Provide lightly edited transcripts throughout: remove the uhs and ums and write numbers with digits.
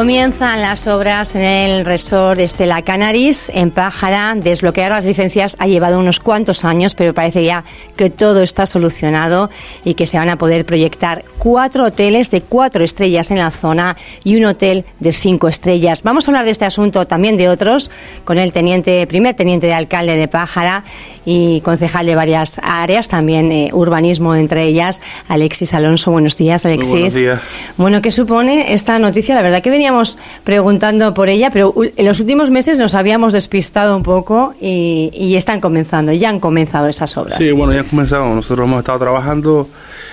Comienzan las obras en el resort Stella Canaris, en Pájara. Desbloquear las licencias ha llevado unos cuantos años, pero parece ya que todo está solucionado y que se van a poder proyectar 4 hoteles de 4 estrellas en la zona y un hotel de 5 estrellas. Vamos a hablar de este asunto, también de otros, con el primer teniente de alcalde de Pájara y concejal de varias áreas, también urbanismo entre ellas, Alexis Alonso. Buenos días, Alexis. Muy buenos días. Bueno, ¿qué supone esta noticia? La verdad que veníamos preguntando por ella, pero en los últimos meses nos habíamos despistado un poco y ya han comenzado esas obras. Sí, bueno, ya han comenzado. Nosotros hemos estado trabajando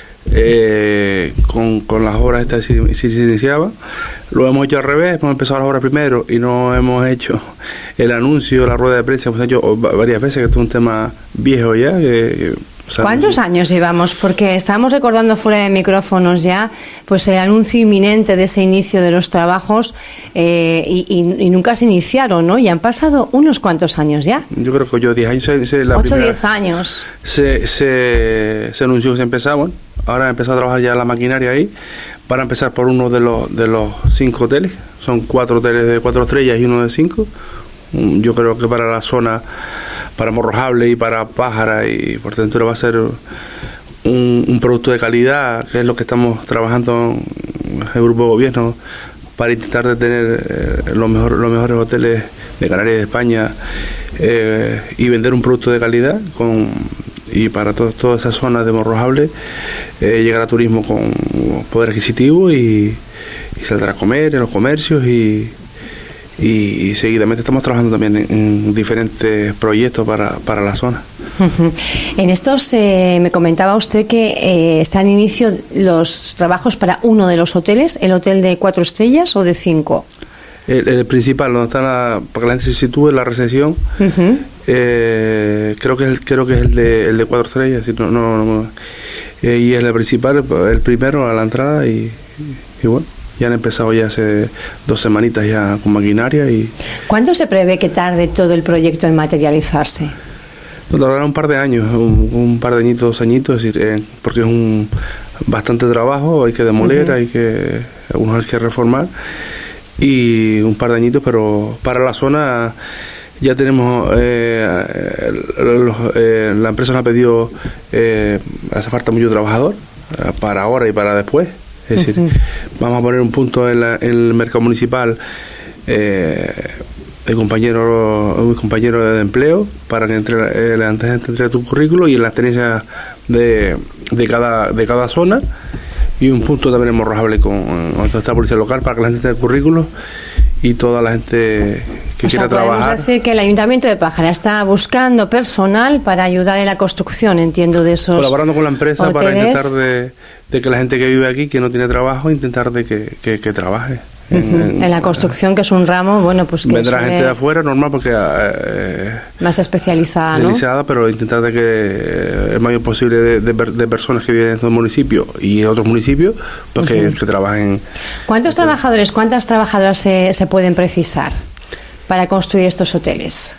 con las obras estas si se iniciaban. Lo hemos hecho al revés, hemos empezado las obras primero y no hemos hecho el anuncio, la rueda de prensa. Hemos hecho varias veces, que esto es un tema viejo ya. ¿Cuántos años llevamos? Porque estábamos recordando fuera de micrófonos ya, pues el anuncio inminente de ese inicio de los trabajos y nunca se iniciaron, ¿no? Y han pasado unos cuantos años ya. Yo creo que 10 años. 8 o 10 años. Se anunció que se empezaban. Ahora ha empezado a trabajar ya la maquinaria ahí para empezar por uno de los 5 hoteles. Son 4 hoteles de 4 estrellas y uno de 5. Yo creo que para la zona, para Morrojable y para Pájara y Fuerteventura va a ser un producto de calidad, que es lo que estamos trabajando en el grupo de gobierno para intentar de tener los mejores hoteles de Canarias y de España y vender un producto de calidad y para toda esa zona de Morrojable llegar a turismo con poder adquisitivo y saldrá a comer en los comercios y seguidamente estamos trabajando también en diferentes proyectos para la zona. En estos me comentaba usted que están en inicio los trabajos para uno de los hoteles, el hotel de 4 estrellas o de 5. El principal, donde está para que la gente se sitúe, la recepción, creo que es el de 4 estrellas, y es el principal, el primero a la entrada y bueno. Ya han empezado ya hace 2 semanitas ya con maquinaria y... ¿Cuánto se prevé que tarde todo el proyecto en materializarse? Tardará un par de años, un par de añitos, 2 añitos, es decir, porque es bastante trabajo, hay que demoler, algunos hay que reformar y un par de añitos, pero para la zona ya tenemos, la empresa nos ha pedido, hace falta mucho trabajador para ahora y para después. Es decir, vamos a poner un punto en el mercado municipal, el compañero de empleo, para que entre tu currículo y en la experiencia de cada zona, y un punto también en Morrojable donde está la policía local, para que la gente tenga el currículo y toda la gente que quiera trabajar. Podemos decir que el Ayuntamiento de Pájara está buscando personal para ayudar en la construcción, entiendo, de esos colaborando con la empresa hoteles. Para intentar de que la gente que vive aquí, que no tiene trabajo, intentar de que trabaje. En la construcción, que es un ramo, bueno, pues que vendrá gente de afuera, normal, porque más especializada, ¿no? Pero intentar de que el mayor posible de personas que viven en estos municipios y en otros municipios, pues que trabajen. ¿Cuántos trabajadores, cuántas trabajadoras se pueden precisar para construir estos hoteles?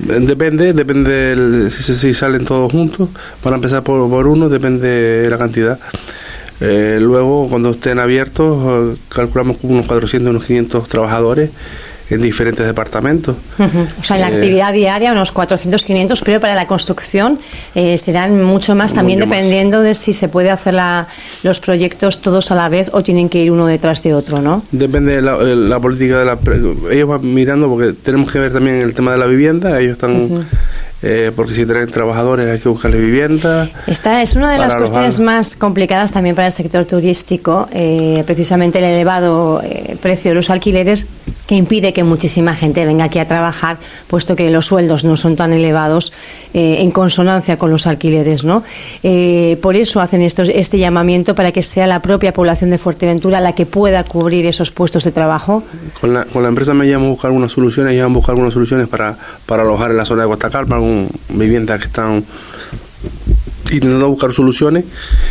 Depende si salen todos juntos. Van a empezar por uno, depende de la cantidad. Luego, cuando estén abiertos, calculamos unos 400, unos 500 trabajadores en diferentes departamentos. O sea, en la actividad diaria unos 400, 500, pero para la construcción serán mucho más, también dependiendo de si se puede hacer los proyectos todos a la vez o tienen que ir uno detrás de otro, ¿no? Depende de la política ellos van mirando, porque tenemos que ver también el tema de la vivienda. Ellos están... porque si traen trabajadores hay que buscarles vivienda. Esta es una de las cuestiones más complicadas también para el sector turístico, precisamente el elevado precio de los alquileres, que impide que muchísima gente venga aquí a trabajar, puesto que los sueldos no son tan elevados en consonancia con los alquileres, ¿no? Por eso hacen este llamamiento para que sea la propia población de Fuerteventura la que pueda cubrir esos puestos de trabajo. Con la empresa me llaman a buscar algunas soluciones, para alojar en la zona de Costa Calma, viviendas que están intentando buscar soluciones,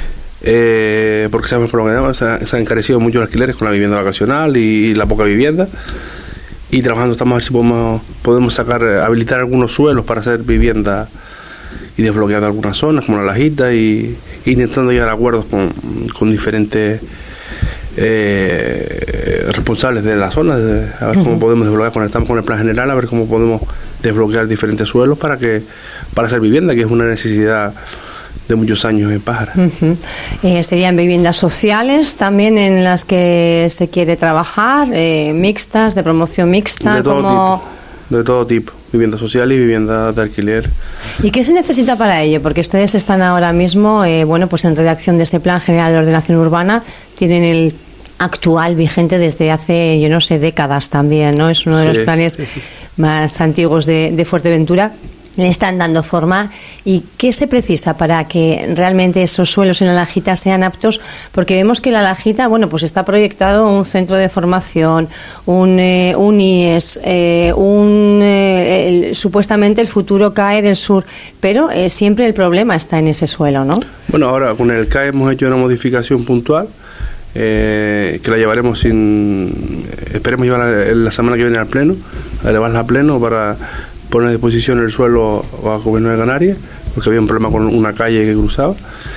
porque sabemos por lo que se han encarecido mucho los alquileres con la vivienda vacacional y la poca vivienda, y trabajando estamos a ver si podemos habilitar algunos suelos para hacer vivienda y desbloquear algunas zonas como la Lajita, y intentando llegar a acuerdos con diferentes responsables de la zona, a ver cómo podemos desbloquear, conectamos con el plan general, a ver cómo podemos desbloquear diferentes suelos para hacer vivienda, que es una necesidad de muchos años en Pájara. ¿Serían viviendas sociales también en las que se quiere trabajar, mixtas, de promoción mixta? De todo tipo, vivienda social y vivienda de alquiler. ¿Y qué se necesita para ello? Porque ustedes están ahora mismo, pues en redacción de ese Plan General de Ordenación Urbana, tienen el actual vigente desde hace, yo no sé, décadas también, ¿no? Es uno de los planes más antiguos de Fuerteventura. Le están dando forma. ¿Y qué se precisa para que realmente esos suelos en la Lajita sean aptos? Porque vemos que la Lajita, pues está proyectado un centro de formación, un IES, supuestamente el futuro CAE del sur, pero siempre el problema está en ese suelo, ¿no? Bueno, ahora con el CAE hemos hecho una modificación puntual que la llevaremos esperemos llevarla la semana que viene al Pleno, elevarla a Pleno para poner a disposición el suelo al Gobierno de Canarias, porque había un problema con una calle que cruzaba.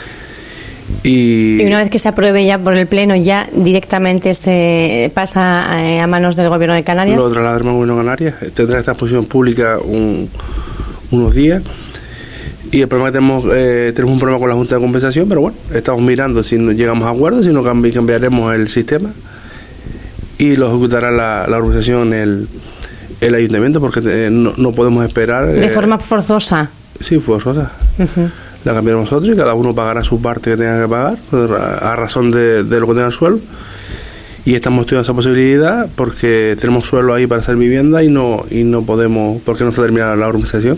Y una vez que se apruebe ya por el Pleno, ya directamente se pasa a manos del Gobierno de Canarias. Lo trasladaremos al Gobierno de Canarias, tendrá esta exposición pública unos días. Y el problema que tenemos un problema con la Junta de Compensación, pero estamos mirando si no llegamos a acuerdo, si no cambiaremos el sistema y lo ejecutará la organización, el ayuntamiento, porque no podemos esperar. ¿De forma forzosa? Sí, forzosa. La cambiaremos nosotros y cada uno pagará su parte que tenga que pagar a razón de lo que tenga el suelo. Y estamos estudiando esa posibilidad porque tenemos suelo ahí para hacer vivienda y no podemos, porque no está terminada la organización.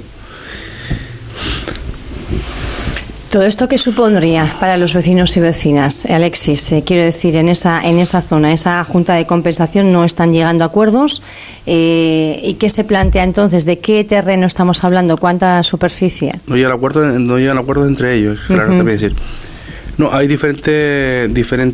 ¿Todo esto qué supondría para los vecinos y vecinas? Alexis, quiero decir, en esa zona, esa Junta de Compensación no están llegando a acuerdos. ¿Y qué se plantea entonces? ¿De qué terreno estamos hablando? ¿Cuánta superficie? No llegan a acuerdos entre ellos, claro, te voy a decir. No, hay diferentes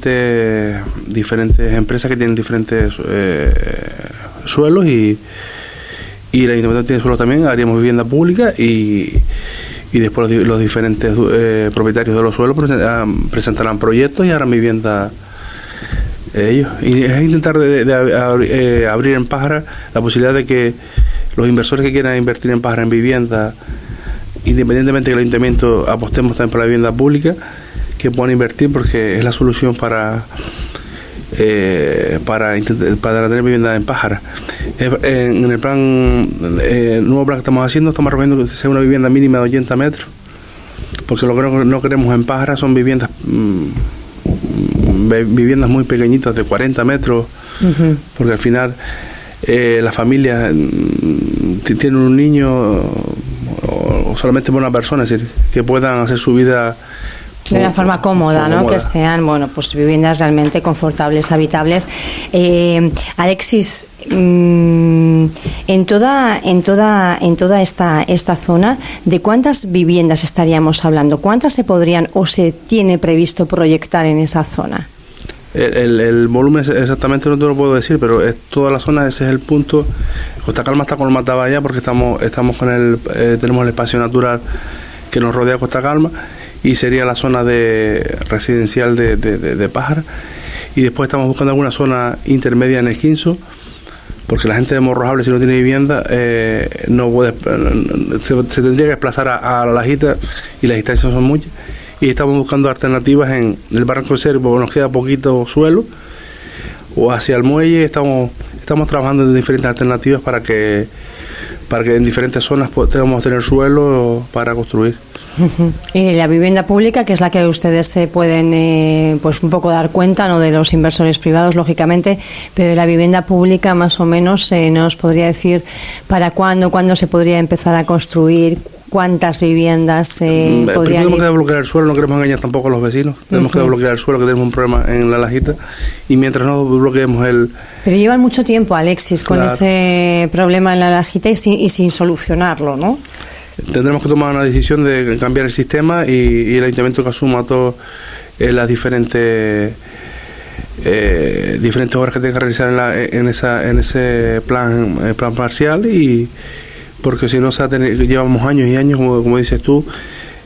empresas que tienen diferentes suelos y el ayuntamiento tiene suelo también. Haríamos vivienda pública y después los diferentes propietarios de los suelos presentarán proyectos y harán vivienda ellos. Y es intentar abrir en Pájara la posibilidad de que los inversores que quieran invertir en Pájara en vivienda, independientemente que el ayuntamiento apostemos también por la vivienda pública, que puedan invertir, porque es la solución para tener vivienda en Pájara. En el nuevo plan que estamos haciendo, estamos recogiendo que sea una vivienda mínima de 80 metros, porque lo que no queremos en Pájara son viviendas muy pequeñitas de 40 metros, porque al final las familias tienen un niño o solamente por una persona, es decir, que puedan hacer su vida de una forma cómoda, ¿no? Que sean, pues viviendas realmente confortables, habitables. Alexis, en toda esta zona, ¿de cuántas viviendas estaríamos hablando? ¿Cuántas se podrían o se tiene previsto proyectar en esa zona? El volumen exactamente no te lo puedo decir, pero es toda la zona, ese es el punto. Costa Calma está con el Matabaya porque estamos con tenemos el espacio natural que nos rodea Costa Calma, y sería la zona residencial de Pájara. Y después estamos buscando alguna zona intermedia en el Quinzo, porque la gente de Morrojable, si no tiene vivienda, no puede, se tendría que desplazar a la Lajita, y las distancias son muchas. Y estamos buscando alternativas en el Barranco Cervo, porque nos queda poquito suelo, o hacia el muelle. Estamos trabajando en diferentes alternativas para que en diferentes zonas podamos tener suelo para construir. Y la vivienda pública, que es la que ustedes se pueden pues un poco dar cuenta, no de los inversores privados, lógicamente, pero de la vivienda pública más o menos nos podría decir para cuándo se podría empezar a construir, cuántas viviendas podrían. Tenemos que desbloquear el suelo, no queremos engañar tampoco a los vecinos. Tenemos que desbloquear el suelo, que tenemos un problema en la Lajita, y mientras no bloqueemos Pero llevan mucho tiempo, Alexis, con ese problema en la Lajita y sin solucionarlo, ¿no? Tendremos que tomar una decisión de cambiar el sistema y el ayuntamiento que asuma todas las diferentes obras que tenga que realizar en ese plan parcial, y porque si no llevamos años y años, como dices tú,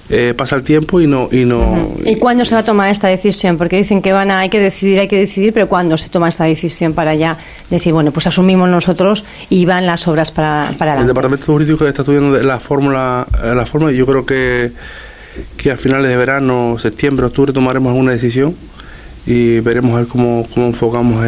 pasa el tiempo y no... ¿Y cuándo se va a tomar esta decisión? Porque dicen que hay que decidir, pero ¿cuándo se toma esta decisión para ya decir, bueno, pues asumimos nosotros y van las obras para adelante? El Departamento Jurídico está estudiando la fórmula y yo creo que a finales de verano, septiembre, octubre, tomaremos alguna decisión y veremos a ver cómo enfocamos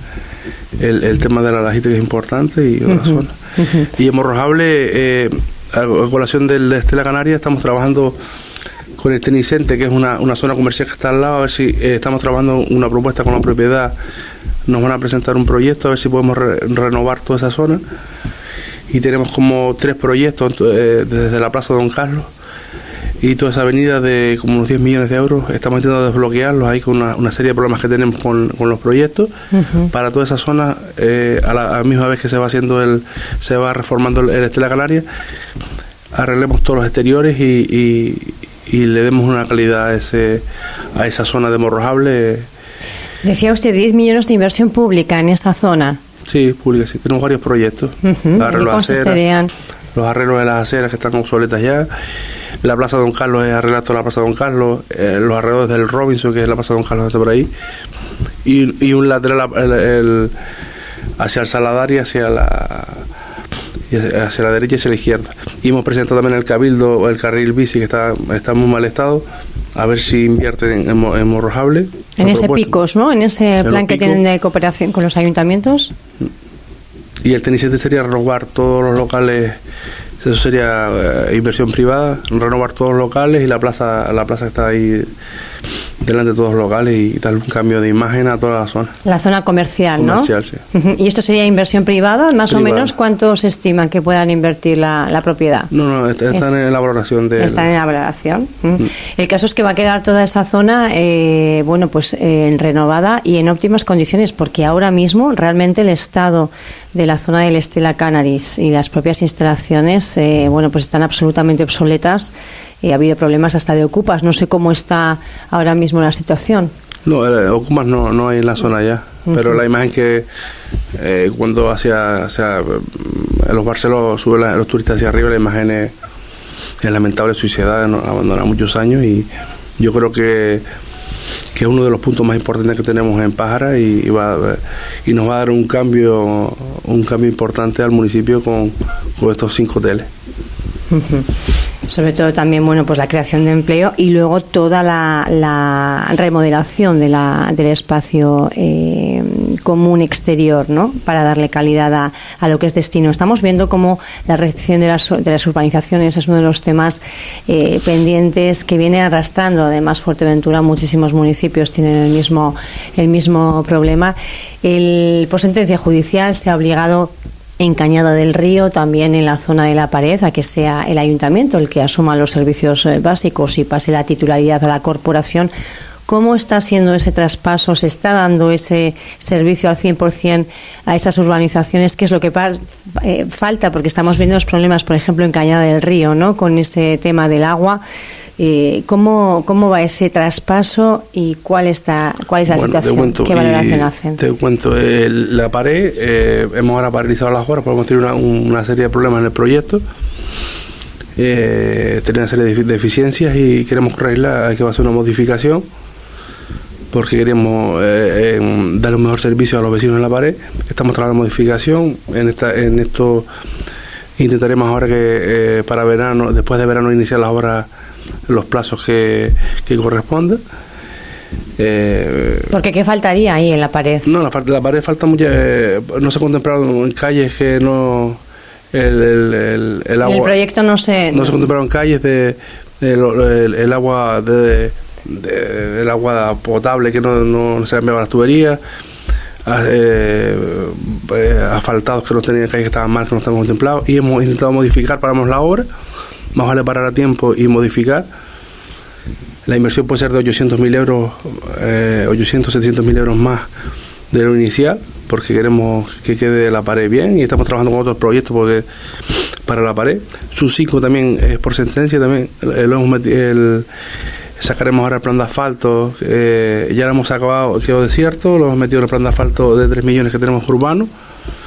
el tema de la logística, que es importante, y de la zona. Y en Morrojable, a colación del Estela Canaria, estamos trabajando con el Tenicente, que es una zona comercial que está al lado, a ver si estamos trabajando una propuesta con la propiedad. Nos van a presentar un proyecto, a ver si podemos renovar toda esa zona. Y tenemos como 3 proyectos desde la Plaza Don Carlos y toda esa avenida de como unos 10 millones de euros. Estamos intentando desbloquearlos ahí con una serie de problemas que tenemos con los proyectos para toda esa zona. A la misma vez que se va reformando el Estela Canaria, arreglemos todos los exteriores y le demos una calidad a esa zona de Morrojable. Decía usted 10 millones de inversión pública en esa zona. Sí, pública, sí. Tenemos varios proyectos. Arreglos de aceras, los arreglos de las aceras que están obsoletas ya. La Plaza Don Carlos es arreglar toda la Plaza Don Carlos, los alrededores del Robinson, que es la Plaza Don Carlos, está por ahí, y un lateral hacia el Saladar y hacia la derecha y hacia la izquierda. Y hemos presentado también el Cabildo, el carril bici, que está en muy mal estado, a ver si invierten en Morrojable. En ese PICOS, ¿no? En ese plan que tienen de cooperación con los ayuntamientos. Y el Tenicente sería renovar todos los locales. Eso sería inversión privada, renovar todos los locales, y la plaza que está ahí delante de todos los locales, y dar un cambio de imagen a toda la zona. La zona comercial, ¿no? Sí. ¿Y esto sería inversión privada? Más o menos, ¿cuánto se estima que puedan invertir la propiedad? No, están en elaboración. Están en elaboración. El caso es que va a quedar toda esa zona, renovada y en óptimas condiciones, porque ahora mismo realmente el estado de la zona del Estela Canaris y las propias instalaciones, pues están absolutamente obsoletas. Ha habido problemas hasta de ocupas. No sé cómo está ahora mismo la situación. No, ocupas no hay en la zona ya. Pero la imagen que cuando los Barcelos suben los turistas hacia arriba, la imagen es lamentable, suciedad, abandonada muchos años, y yo creo que es uno de los puntos más importantes que tenemos en Pájara, y nos va a dar un cambio importante al municipio con estos 5 hoteles. Sobre todo también, pues la creación de empleo, y luego toda la remodelación del espacio común exterior, ¿no? Para darle calidad a lo que es destino. Estamos viendo cómo la recepción de las urbanizaciones es uno de los temas pendientes que viene arrastrando. Además, Fuerteventura, muchísimos municipios tienen el mismo problema. Por sentencia judicial se ha obligado en Cañada del Río, también en la zona de La Pared, a que sea el ayuntamiento el que asuma los servicios básicos y pase la titularidad a la corporación. ¿Cómo está siendo ese traspaso? ¿Se está dando ese servicio al 100% a esas urbanizaciones? ¿Qué es lo que falta? Porque estamos viendo los problemas, por ejemplo, en Cañada del Río, ¿no? Con ese tema del agua. ¿Cómo va ese traspaso y cuál es la situación? ¿Qué valoración hacen? Te cuento, La Pared, hemos ahora paralizado las obras porque hemos tenido una serie de problemas en el proyecto. Tenía una serie de deficiencias y queremos corregirla. Hay que hacer una modificación porque queremos darle un mejor servicio a los vecinos en La Pared. Estamos trabajando en modificación. En esto intentaremos ahora que para verano, después de verano, iniciar las obras en los plazos que corresponda. Porque ¿qué faltaría ahí en La Pared? No, la pared falta mucho. No se contemplaron en calles que no. El agua, el proyecto no se contemplaron calles el agua el agua potable que no se cambiaba las tuberías, asfaltados que no tenían, calles que estaban mal, que no estaban contemplados, y hemos intentado modificar, paramos la obra, más vale parar a tiempo y modificar. La inversión puede ser de 800.000 euros, 700.000 euros más de lo inicial, porque queremos que quede La Pared bien, y estamos trabajando con otros proyectos para La Pared. Sus 5 también es por sentencia, también sacaremos ahora el plan de asfalto, ya lo hemos acabado, quedó desierto, lo hemos metido en el plan de asfalto de 3 millones que tenemos urbano,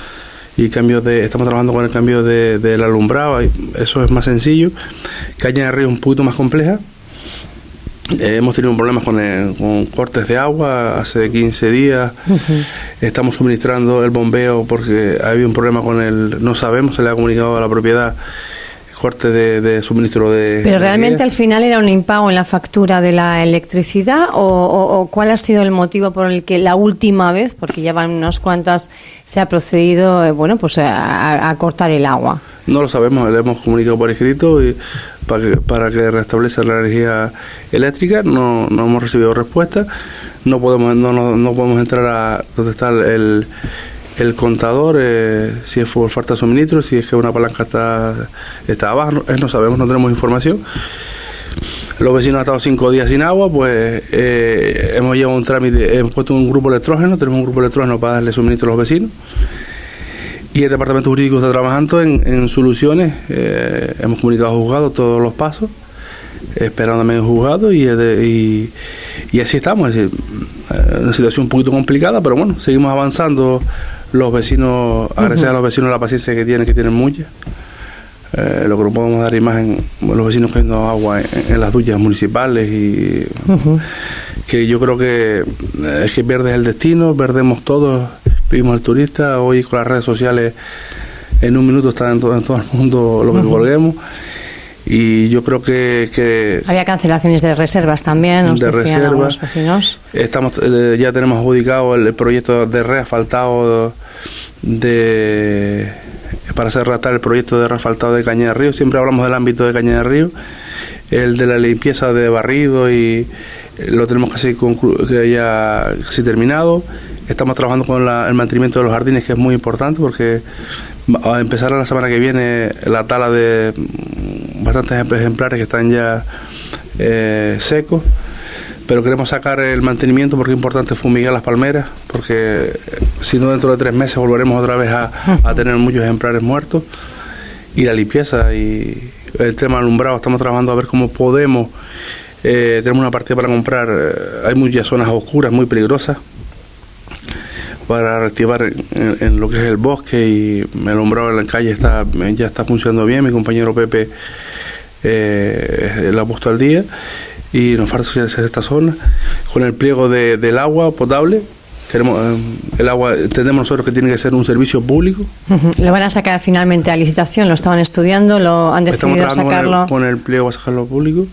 y estamos trabajando con el cambio del alumbrado, eso es más sencillo. Caña de Río es un poquito más compleja. Hemos tenido problemas con cortes de agua hace 15 días. Estamos suministrando el bombeo porque había un problema no sabemos, se le ha comunicado a la propiedad corte de suministro de Pero realmente al final era un impago en la factura de la electricidad o ¿cuál ha sido el motivo por el que la última vez, porque ya van unas cuantas, se ha procedido a cortar el agua? No lo sabemos, le hemos comunicado por escrito y para que restablezca la energía eléctrica. No hemos recibido respuesta. No podemos entrar a donde está el contador, si es por falta de suministro, si es que una palanca está abajo, no sabemos, no tenemos información. Los vecinos han estado 5 días sin agua, pues hemos llevado un trámite, hemos puesto un grupo electrógeno, tenemos un grupo electrógeno para darle suministro a los vecinos. Y el departamento jurídico está trabajando en soluciones. Hemos comunicado a juzgados todos los pasos, esperando en juzgado y así estamos. Es decir, una situación un poquito complicada, pero bueno, seguimos avanzando. Los vecinos, agradecer a los vecinos la paciencia que tienen mucha. Lo que no podemos dar imagen, los vecinos cogiendo agua en las duchas municipales y que yo creo que es que pierdes el destino, perdemos todos. Vimos el turista, hoy con las redes sociales en un minuto está en todo el mundo lo que colguemos, y yo creo que había cancelaciones de reservas también, nos decían algunos vecinos. Ya tenemos adjudicado el proyecto de reasfaltado para hacer redactar el proyecto de reasfaltado de Caña de Río. Siempre hablamos del ámbito de Caña de Río, el de la limpieza de barrido, y lo tenemos casi terminado. Estamos trabajando con el mantenimiento de los jardines, que es muy importante porque a empezar la semana que viene la tala de bastantes ejemplares que están ya secos, pero queremos sacar el mantenimiento porque es importante fumigar las palmeras, porque si no dentro de 3 meses volveremos otra vez a tener muchos ejemplares muertos. Y la limpieza y el tema alumbrado, estamos trabajando a ver cómo podemos, tenemos una partida para comprar, hay muchas zonas oscuras muy peligrosas, para reactivar en lo que es el bosque, y el alumbrado en la calle ya está funcionando bien. Mi compañero Pepe lo ha puesto al día y nos falta hacer esta zona. Con el pliego del agua potable, queremos el agua, entendemos nosotros que tiene que ser un servicio público. ¿Lo van a sacar finalmente a licitación? ¿Lo estaban estudiando? ¿Lo han decidido sacarlo? Con el pliego a sacarlo público.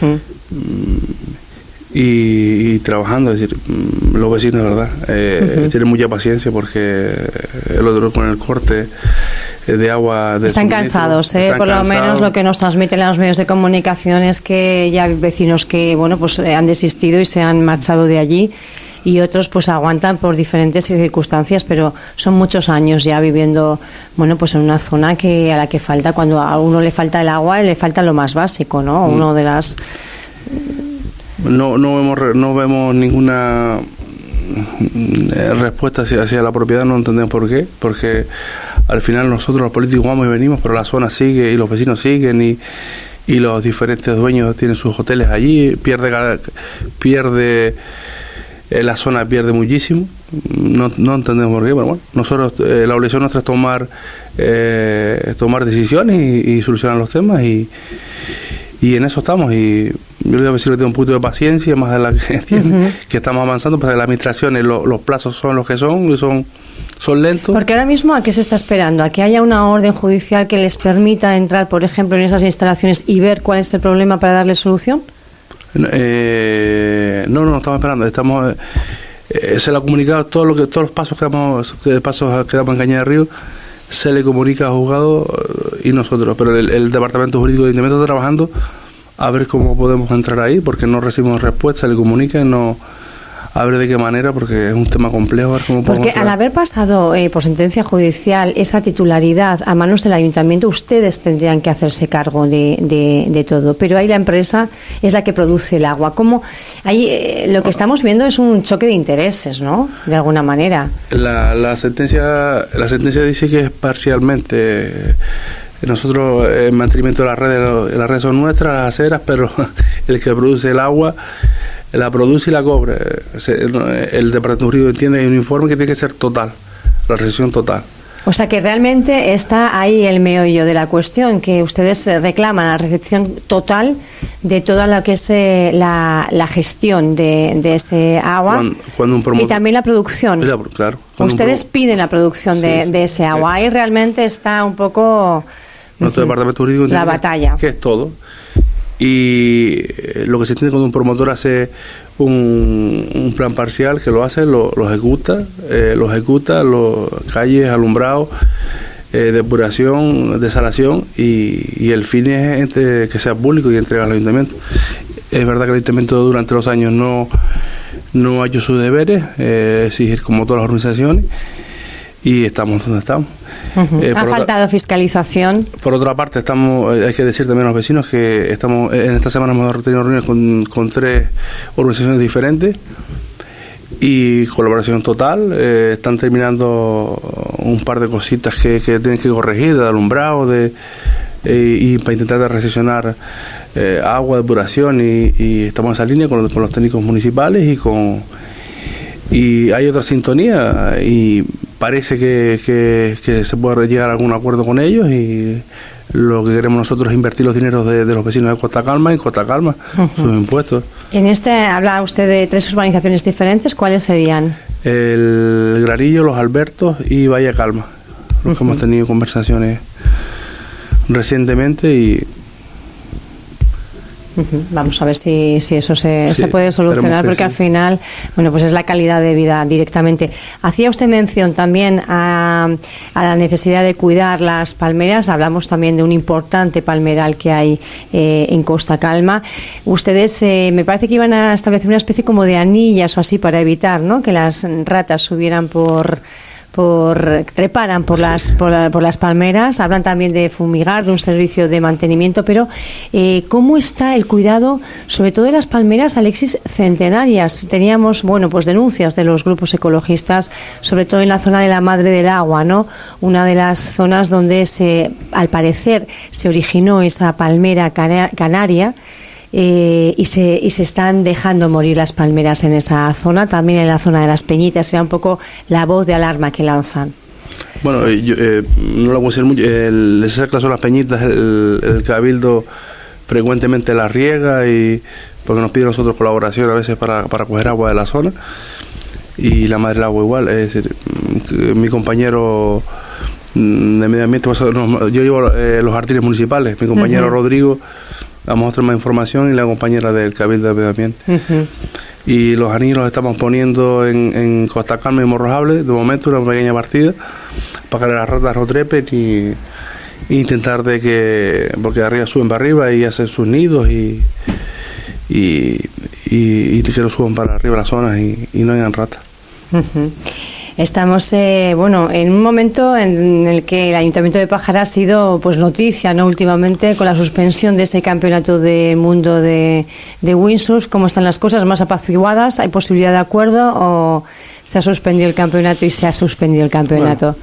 Y trabajando, es decir, los vecinos, de verdad, tienen mucha paciencia porque el otro con el corte de agua están cansados, por lo menos lo que nos transmiten los medios de comunicación es que ya hay vecinos que han desistido y se han marchado de allí, y otros pues aguantan por diferentes circunstancias, pero son muchos años ya viviendo en una zona a la que falta, cuando a uno le falta el agua, le falta lo más básico, ¿no? Uno de las No vemos ninguna respuesta hacia la propiedad, no entendemos por qué, porque al final nosotros los políticos vamos y venimos, pero la zona sigue y los vecinos siguen, y los diferentes dueños tienen sus hoteles allí, la zona pierde muchísimo, no entendemos por qué, pero bueno, nosotros la obligación nuestra es tomar decisiones y solucionar los temas, y en eso estamos. Y yo le digo a decir que tengo un punto de paciencia, más de la que tiene, que estamos avanzando, porque las administraciones, los plazos son los que son lentos. Porque ahora mismo, ¿a qué se está esperando? ¿A que haya una orden judicial que les permita entrar, por ejemplo, en esas instalaciones y ver cuál es el problema para darle solución? No estamos esperando. Se le ha comunicado todos los pasos que damos en Caña de Río, se le comunica al juzgado y nosotros, pero el departamento jurídico de Ayuntamiento está trabajando a ver cómo podemos entrar ahí, porque no recibimos respuesta, se le comunica y no, a ver de qué manera, porque es un tema complejo. A ver cómo podemos porque al haber pasado por sentencia judicial esa titularidad a manos del ayuntamiento, ustedes tendrían que hacerse cargo de todo, pero ahí la empresa es la que produce el agua. ¿Cómo? Ahí lo que estamos viendo es un choque de intereses, ¿no? De alguna manera. La sentencia dice que es parcialmente. Nosotros, el mantenimiento de las redes son nuestras, las aceras, pero el que produce el agua la produce y la cobra. El departamento jurídico entiende que hay un informe que tiene que ser total, la recepción total. O sea que realmente está ahí el meollo de la cuestión, que ustedes reclaman la recepción total de toda lo que es la gestión de ese agua cuando un promotor, y también la producción. Claro. Ustedes piden la producción de ese agua. Ahí realmente está un poco nuestro departamento jurídico la batalla. Que es todo. Y lo que se entiende cuando un promotor hace un plan parcial, que lo hace, lo ejecuta, los calles, alumbrado, depuración, desalación, y el fin es que sea público y entrega al ayuntamiento. Es verdad que el ayuntamiento durante los años no ha hecho sus deberes, exigir como todas las organizaciones, y estamos donde estamos. Ha faltado fiscalización. Por otra parte, hay que decir también a los vecinos que estamos en esta semana hemos tenido reuniones con 3 organizaciones diferentes y colaboración total. Están terminando un par de cositas que tienen que corregir, de alumbrado, y para intentar recesionar agua, depuración, y estamos en esa línea con los técnicos municipales y hay otra sintonía, y parece que se puede llegar a algún acuerdo con ellos, y lo que queremos nosotros es invertir los dineros de los vecinos de Costa Calma en Costa Calma, sus impuestos. Habla usted de 3 urbanizaciones diferentes, ¿cuáles serían? El Grarillo, Los Albertos y Valle Calma, los que hemos tenido conversaciones recientemente y... Vamos a ver si eso se puede solucionar, porque al final, pues es la calidad de vida directamente. Hacía usted mención también a la necesidad de cuidar las palmeras. Hablamos también de un importante palmeral que hay en Costa Calma. Ustedes me parece que iban a establecer una especie como de anillas o así para evitar, ¿no?, que las ratas subieran treparan por las palmeras. Hablan también de fumigar, de un servicio de mantenimiento, pero ¿cómo está el cuidado, sobre todo de las palmeras, Alexis, centenarias? Teníamos, pues denuncias de los grupos ecologistas, sobre todo en la zona de la Madre del Agua, ¿no?, una de las zonas donde al parecer se originó esa palmera canaria. Y se están dejando morir las palmeras en esa zona, también en la zona de las Peñitas. Será un poco la voz de alarma que lanzan. Bueno, yo no lo puedo decir mucho. Ese caso de las Peñitas, el Cabildo frecuentemente la riega, y porque nos pide a nosotros colaboración a veces para coger agua de la zona, y la Madre del Agua igual. Es decir, mi compañero de medio ambiente, yo llevo los jardines municipales, mi compañero Rodrigo, vamos a mostrar más información, y la compañera del Cabildo de Medio Ambiente. Y los anillos los estamos poniendo en Costa Calma y Morrojable, de momento una pequeña partida, para que las ratas no trepen, y intentar de que, porque de arriba suben para arriba y hacen sus nidos, y que no suban para arriba las zonas y no hayan ratas. Estamos en un momento en el que el Ayuntamiento de Pájara ha sido noticia, ¿no?, últimamente, con la suspensión de ese campeonato del mundo de windsurf. ¿Cómo están las cosas? ¿Más apaciguadas? ¿Hay posibilidad de acuerdo o se ha suspendido el campeonato y se ha suspendido el campeonato?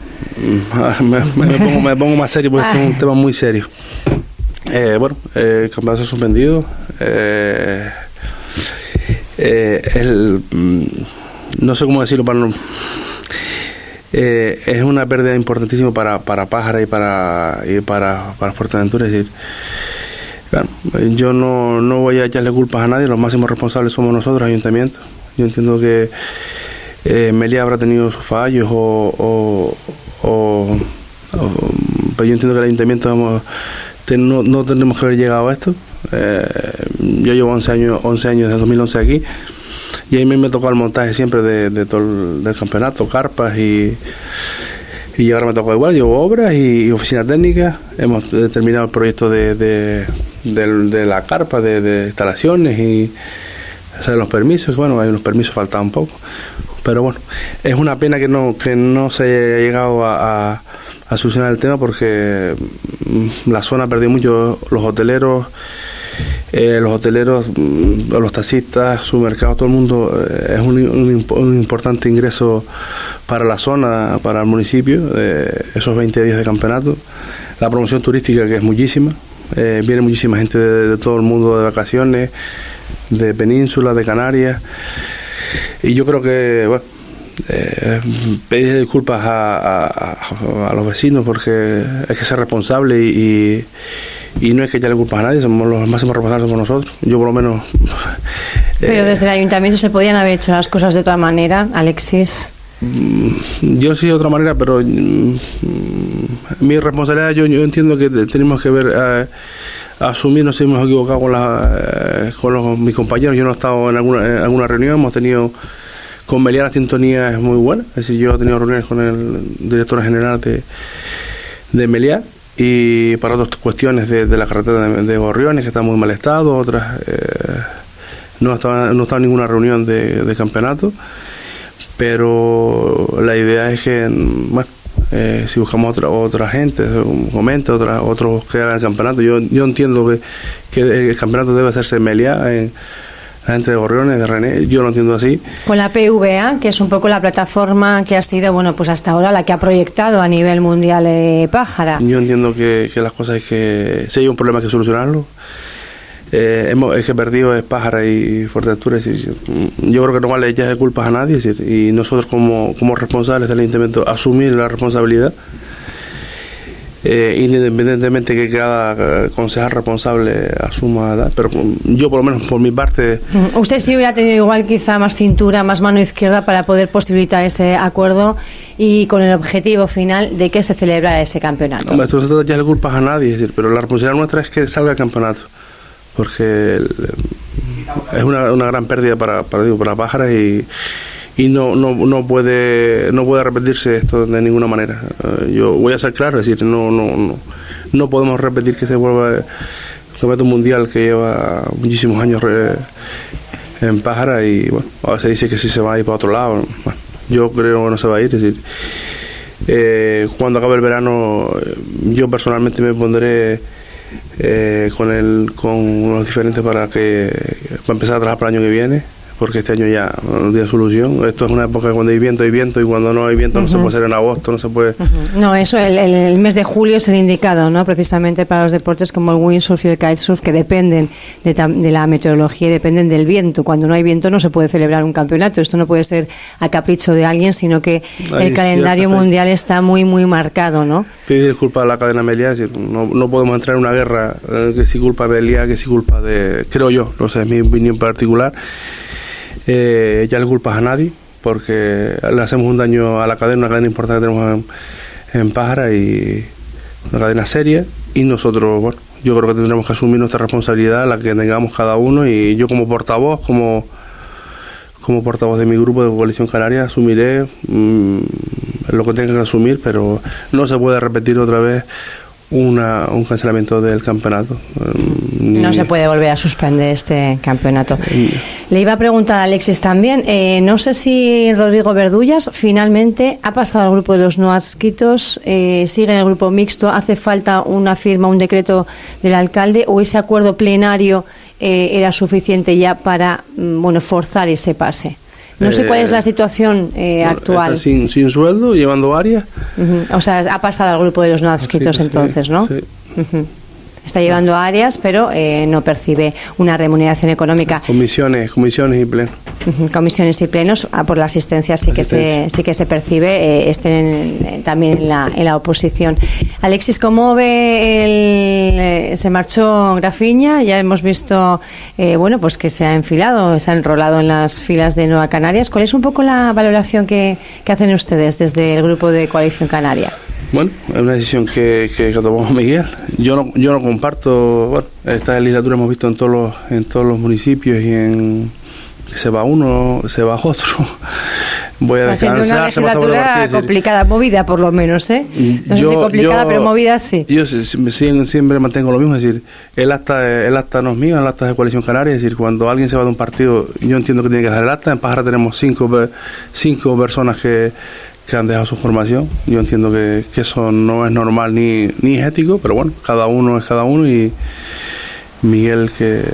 Me pongo más serio, porque este es un tema muy serio. El campeonato se ha suspendido. No sé cómo decirlo para no... es una pérdida importantísima para Pájara y para Fuerteventura. Es decir, yo no voy a echarle culpas a nadie, los máximos responsables somos nosotros, ayuntamiento. Yo entiendo que Meliá habrá tenido sus fallos, pero yo entiendo que el ayuntamiento no tendremos que haber llegado a esto. Yo llevo 11 años desde 2011 aquí, y a mí me tocó el montaje siempre de todo del campeonato, carpas, y ahora me tocó igual. Llevo obras y oficina técnica. Hemos terminado el proyecto de la carpa, de instalaciones, y los permisos, que hay unos permisos, faltaban un poco, pero es una pena que no se haya llegado a solucionar el tema, porque la zona perdió mucho. Los hoteleros, los taxistas, supermercados, todo el mundo, es un importante ingreso para la zona, para el municipio, esos 20 días de campeonato. La promoción turística, que es muchísima, viene muchísima gente de todo el mundo de vacaciones, de Península, de Canarias, y yo creo que pedir disculpas a los vecinos, porque hay que ser responsable y no es que echarle culpas a nadie, somos los máximos responsables por nosotros. Yo por lo menos... Pero desde el ayuntamiento se podían haber hecho las cosas de otra manera, Alexis. Yo sí de otra manera, pero mi responsabilidad, yo entiendo que tenemos que ver... asumir, nos hemos equivocado con mis compañeros. Yo no he estado en alguna reunión, hemos tenido con Meliá la sintonía es muy buena, es decir, yo he tenido reuniones con el director general de Meliá, y para otras cuestiones de la carretera de Gorriones, que está en muy mal estado, otras no he estado en ninguna reunión de campeonato, pero la idea es que, bueno, si buscamos otra gente, comente, otros que hagan el campeonato. Yo entiendo que el campeonato debe hacerse Meliá, la gente de Gorriones, de René, yo lo entiendo así. Con la PVA, que es un poco la plataforma que ha sido, bueno, pues hasta ahora la que ha proyectado a nivel mundial Pájara. Yo entiendo que las cosas es que si hay un problema hay que solucionarlo. Es que perdido es Pájara y Fuerteventura, es decir, yo creo que no vale echarle culpas a nadie, es decir, y nosotros como responsables del ayuntamiento asumir la responsabilidad, independientemente que cada concejal responsable asuma, pero yo por lo menos por mi parte... Usted sí hubiera tenido igual quizá más cintura, más mano izquierda para poder posibilitar ese acuerdo y con el objetivo final de que se celebrara ese campeonato. Hombre, esto no se trata de echarle culpas a nadie, es decir, pero la responsabilidad nuestra es que salga el campeonato, porque es una gran pérdida para Pájara y no puede repetirse esto de ninguna manera. Yo voy a ser claro, es decir, no podemos repetir que se vuelva el campeonato mundial que lleva muchísimos años en Pájara, y bueno, ahora se dice que sí se va a ir para otro lado. Bueno, yo creo que no se va a ir, es decir, cuando acabe el verano yo personalmente me pondré con los diferentes para empezar a trabajar para el año que viene, porque este año ya no tiene solución. Esto es una época cuando hay viento, y cuando no hay viento no se puede hacer en agosto, no se puede... No, eso, el mes de julio es el indicado, ¿no? Precisamente para los deportes como el windsurf y el kitesurf, que dependen de la meteorología y dependen del viento. Cuando no hay viento no se puede celebrar un campeonato. Esto no puede ser a capricho de alguien, sino que el calendario mundial está muy, muy marcado, ¿no? Pedir disculpas a la cadena Meliá, es decir, no podemos entrar en una guerra que si culpa de Meliá, que si culpa de... Creo yo, no sé, es mi opinión particular. Ya le culpas a nadie, porque le hacemos un daño a la cadena, una cadena importante que tenemos en Pájara, y una cadena seria, y nosotros, bueno, yo creo que tendremos que asumir nuestra responsabilidad, la que tengamos cada uno, y yo como portavoz, como portavoz de mi grupo de Coalición Canaria, asumiré lo que tenga que asumir, pero no se puede repetir otra vez un cancelamiento del campeonato. No se puede volver a suspender este campeonato. Le iba a preguntar a Alexis también, no sé si Rodrigo Verdullas finalmente ha pasado al grupo de los no adscritos, sigue en el grupo mixto, hace falta una firma, un decreto del alcalde, o ese acuerdo plenario era suficiente ya para forzar ese pase. No sé cuál es la situación actual. Está sin sueldo, llevando áreas. O sea, ha pasado al grupo de los no adscritos entonces, sí, ¿no? Sí. Está llevando áreas, pero no percibe una remuneración económica. Comisiones y plenos. Comisiones y plenos, por la asistencia sí que se percibe, también en la oposición. Alexis, ¿cómo ve se marchó Grafiña? Ya hemos visto pues que se ha enrolado en las filas de Nueva Canarias. ¿Cuál es un poco la valoración que hacen ustedes desde el grupo de Coalición Canaria? Bueno, es una decisión que tomó Miguel. Yo no comparto. Bueno, esta legislatura hemos visto en todos los municipios se va uno, se va otro. Voy a descansar. Una legislatura complicada, movida por lo menos, ¿eh? No sé si complicada, pero movida sí. Yo siempre mantengo lo mismo, es decir, el acta no es mío, el acta es de Coalición Canaria, es decir, cuando alguien se va de un partido, yo entiendo que tiene que hacer el acta. En Pájara tenemos cinco personas que han dejado su formación. Yo entiendo que eso no es normal ni es ético, pero bueno, cada uno es cada uno, y Miguel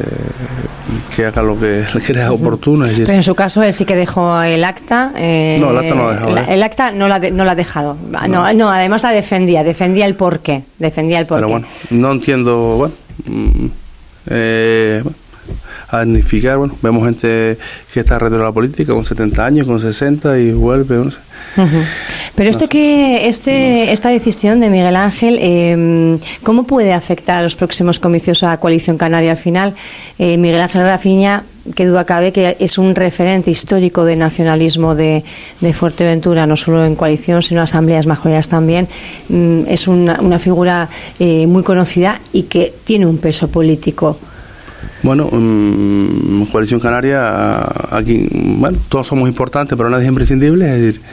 que haga lo que él crea oportuno. Es decir, pero en su caso él sí que dejó el acta. No, el acta no la ha dejado. El acta no la ha dejado. No, además la defendía el porqué. Pero bueno, no entiendo. a dignificar. Bueno, vemos gente que está alrededor de la política con 70 años, con 60 y vuelve, no sé. Pero esta decisión de Miguel Ángel, ¿cómo puede afectar a los próximos comicios a Coalición Canaria? Al final, Miguel Ángel Rafiña, qué duda cabe que es un referente histórico del nacionalismo de Fuerteventura, no solo en coalición, sino en asambleas majorieras también. Es una figura muy conocida y que tiene un peso político. Bueno, Coalición Canaria, aquí, bueno, todos somos importantes, pero nadie es imprescindible, es decir,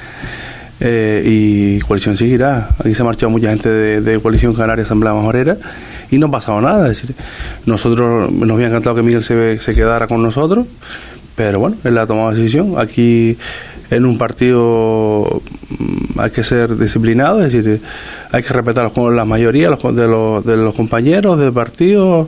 y Coalición seguirá. Aquí se ha marchado mucha gente de Coalición Canaria, Asamblea Majorera, y no ha pasado nada. Es decir, nosotros nos había encantado que Miguel se quedara con nosotros, pero bueno, él ha tomado decisión. Aquí en un partido hay que ser disciplinado, es decir, hay que respetar la mayoría de los compañeros del partido.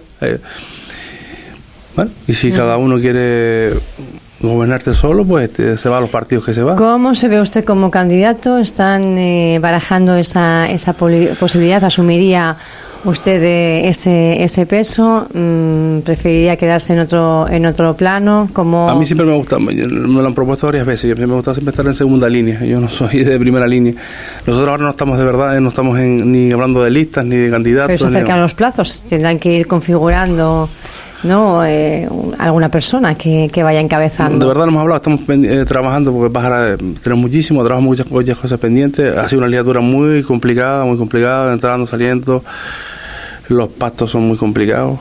Bueno, y si cada uno quiere gobernarte solo, pues se va a los partidos que se va. ¿Cómo se ve usted como candidato? ¿Están barajando esa posibilidad? ¿Asumiría usted ese peso? ¿Preferiría quedarse en otro plano? A mí siempre me gusta, me lo han propuesto varias veces, me gusta siempre estar en segunda línea, yo no soy de primera línea. Nosotros ahora no estamos de verdad, no estamos ni hablando de listas ni de candidatos. Pero se acercan los plazos, tendrán que ir configurando, ¿no? Alguna persona que vaya encabezando. De verdad no hemos hablado, estamos trabajando porque tenemos muchas cosas pendientes. Ha sido una legislatura muy complicada, entrando, saliendo. Los pactos son muy complicados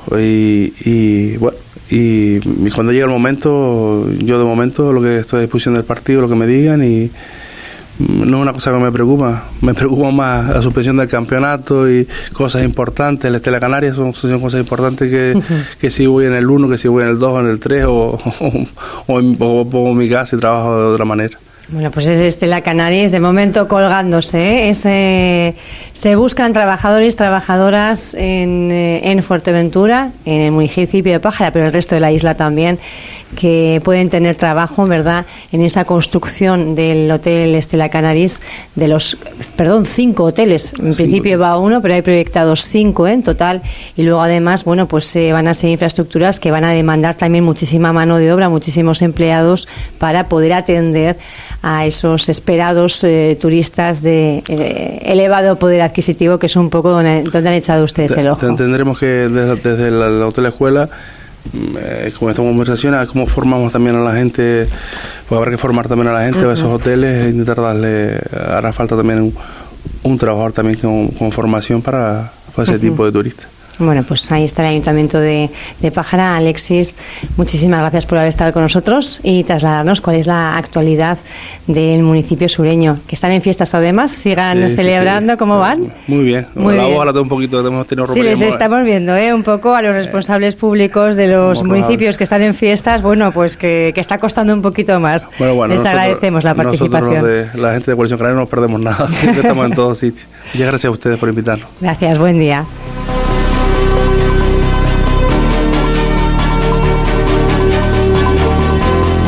y bueno, y cuando llega el momento, yo de momento lo que estoy a disposición del partido, lo que me digan, y no es una cosa que me preocupa más la suspensión del campeonato y cosas importantes. El Estela Canarias son cosas importantes que si voy en el 1, que si voy en el 2 o en el 3 o pongo mi casa y trabajo de otra manera. Bueno, pues es Estela Canarias de momento colgándose, ¿eh? Se buscan trabajadores, trabajadoras en Fuerteventura, en el municipio de Pájara, pero el resto de la isla también, que pueden tener trabajo, ¿verdad?, en esa construcción del hotel Estela Canarias, de los, 5 hoteles. En principio va uno, pero hay proyectados 5 en total, y luego además, bueno, pues van a ser infraestructuras que van a demandar también muchísima mano de obra, muchísimos empleados para poder atender a esos esperados turistas de elevado poder adquisitivo, que es un poco donde han echado ustedes el ojo. Tendremos que desde el hotel escuela, con esta conversación, a cómo formamos también a la gente, pues habrá que formar también a la gente a esos hoteles, intentar hará falta también un trabajador también con formación para ese tipo de turistas. Bueno, pues ahí está el Ayuntamiento de Pájara. Alexis, muchísimas gracias por haber estado con nosotros y trasladarnos cuál es la actualidad del municipio sureño. Que están en fiestas además, sigan celebrando, ¿cómo van? Muy bien, la voz la tengo un poquito, hemos tenido sí, les estamos viendo un poco a los responsables públicos de los municipios que están en fiestas, bueno, pues que está costando un poquito más. Bueno, les agradecemos la participación. Nosotros la gente de Coalición Canaria no nos perdemos nada, siempre estamos en todos sitios. Muchas gracias a ustedes por invitarnos. Gracias, buen día.